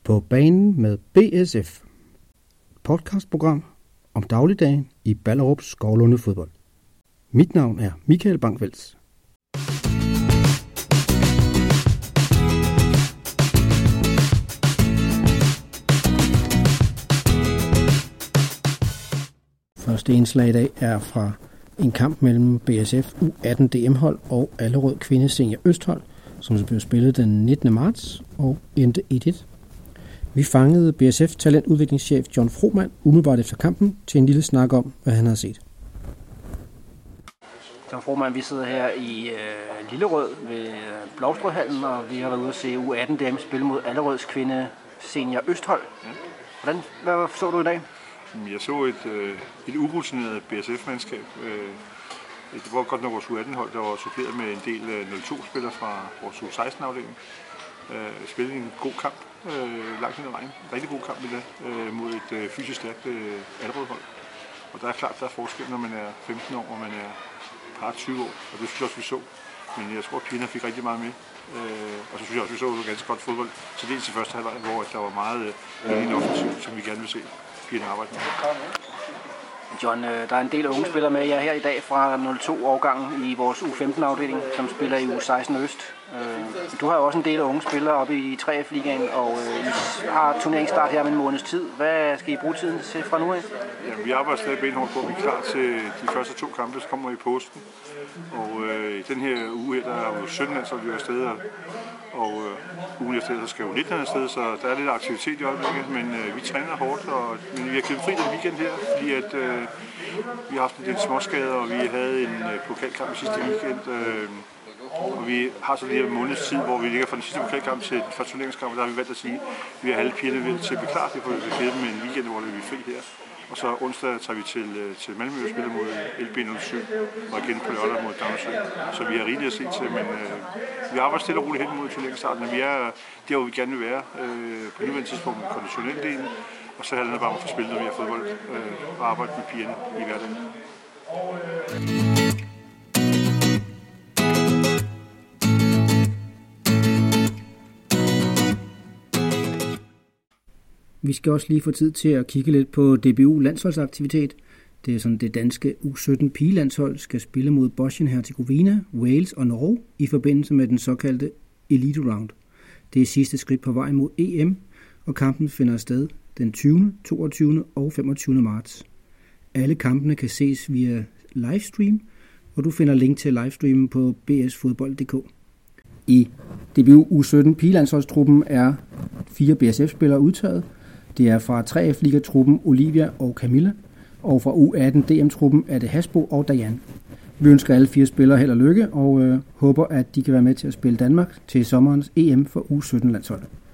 På banen med BSF. Podcastprogram om dagligdagen i Ballerup Skovlunde Fodbold. Mit navn er Michael Bankvelds. Første indslag i dag er fra en kamp mellem BSF U18 DM-hold og Allerød Kvindesenior Østhold, som blev spillet den 19. marts og endte 1-1. Vi fangede BSF talentudviklingschef John Frohmann umiddelbart efter kampen til en lille snak om, hvad han havde set. John Frohmann, vi sidder her i Lillerød ved Blovstrødhallen, og vi har været ude at se U18 DM spille mod Allerøds Kvindesenior Østhold. Hvad så du i dag? Jeg så et urutineret BSF-mandskab. Det var godt nok vores U18-hold, der var suppleret med en del 02-spillere fra vores U16-afdeling. Spillede en god kamp langt hen ad vejen. En rigtig god kamp i dag mod et fysisk stærkt Allerød-hold. Og der er klart, der er forskel, når man er 15 år og man er par 20 år. Og det synes jeg også, vi så. Men jeg tror, at pigerne fik rigtig meget med. Og så synes jeg også, vi så et ganske godt fodbold. Så dels i første halvleg, hvor der var meget offensiv, som vi gerne vil se pigerne arbejde med. John, der er en del unge spillere med jer her i dag fra 02-årgangen i vores U15-afdeling, som spiller i U16 Øst. Du har jo også en del unge spillere oppe i 3F-ligaen, og I har turneringsstart her om en måneds tid. Hvad skal I bruge tiden til fra nu af? Jamen, vi arbejder stadig benhårdt på, at vi er klar til de første 2 kampe, så kommer i posten. Og i den her uge her, der er jo 17 landshold, vi er afsted, og ugen efter så skal jo 19 afsted, så der er lidt aktivitet i øjeblikket, men vi træner hårdt, men vi har klippet fri den weekend her, fordi at vi har haft en del småskader, og vi havde en pokalkamp i sidste weekend, og vi har så lige en måneds tid, hvor vi ligger fra den sidste pokalkamp til den første turneringskamp, og der har vi valgt at sige, at vi har alle pigerne ved til at blive klar til, for vi vil give dem en weekend, hvor vi er fri her. Og så onsdag tager vi til Malmø og spiller mod LB07, og igen på lørdag mod Damsø. Så vi har rigeligt at se til, men vi arbejder stille og roligt hen mod turneringsstarten, og vi er der, hvor vi gerne vil være på nuværende tidspunkt med konditionel-delen. Og så handler det bare om at få spillet noget mere fodbold og arbejde med pigerne i hverdagen. Vi skal også lige få tid til at kigge lidt på DBU landsholdsaktivitet. Det er sådan, det danske U17 pigelandshold skal spille mod Bosnien-Herzegovina, Wales og Norge i forbindelse med den såkaldte Elite Round. Det er sidste skridt på vej mod EM, og kampen finder sted den 20., 22. og 25. marts. Alle kampene kan ses via livestream, og du finder link til livestreamen på bsfodbold.dk. I DBU U17 pigelandsholdstruppen er 4 BSF-spillere udtaget. Det er fra 3F-ligatruppen Olivia og Camilla, og fra U18 DM-truppen er det Hasbo og Dajan. Vi ønsker alle 4 spillere held og lykke, og håber, at de kan være med til at spille Danmark til sommerens EM for U17-landsholdet.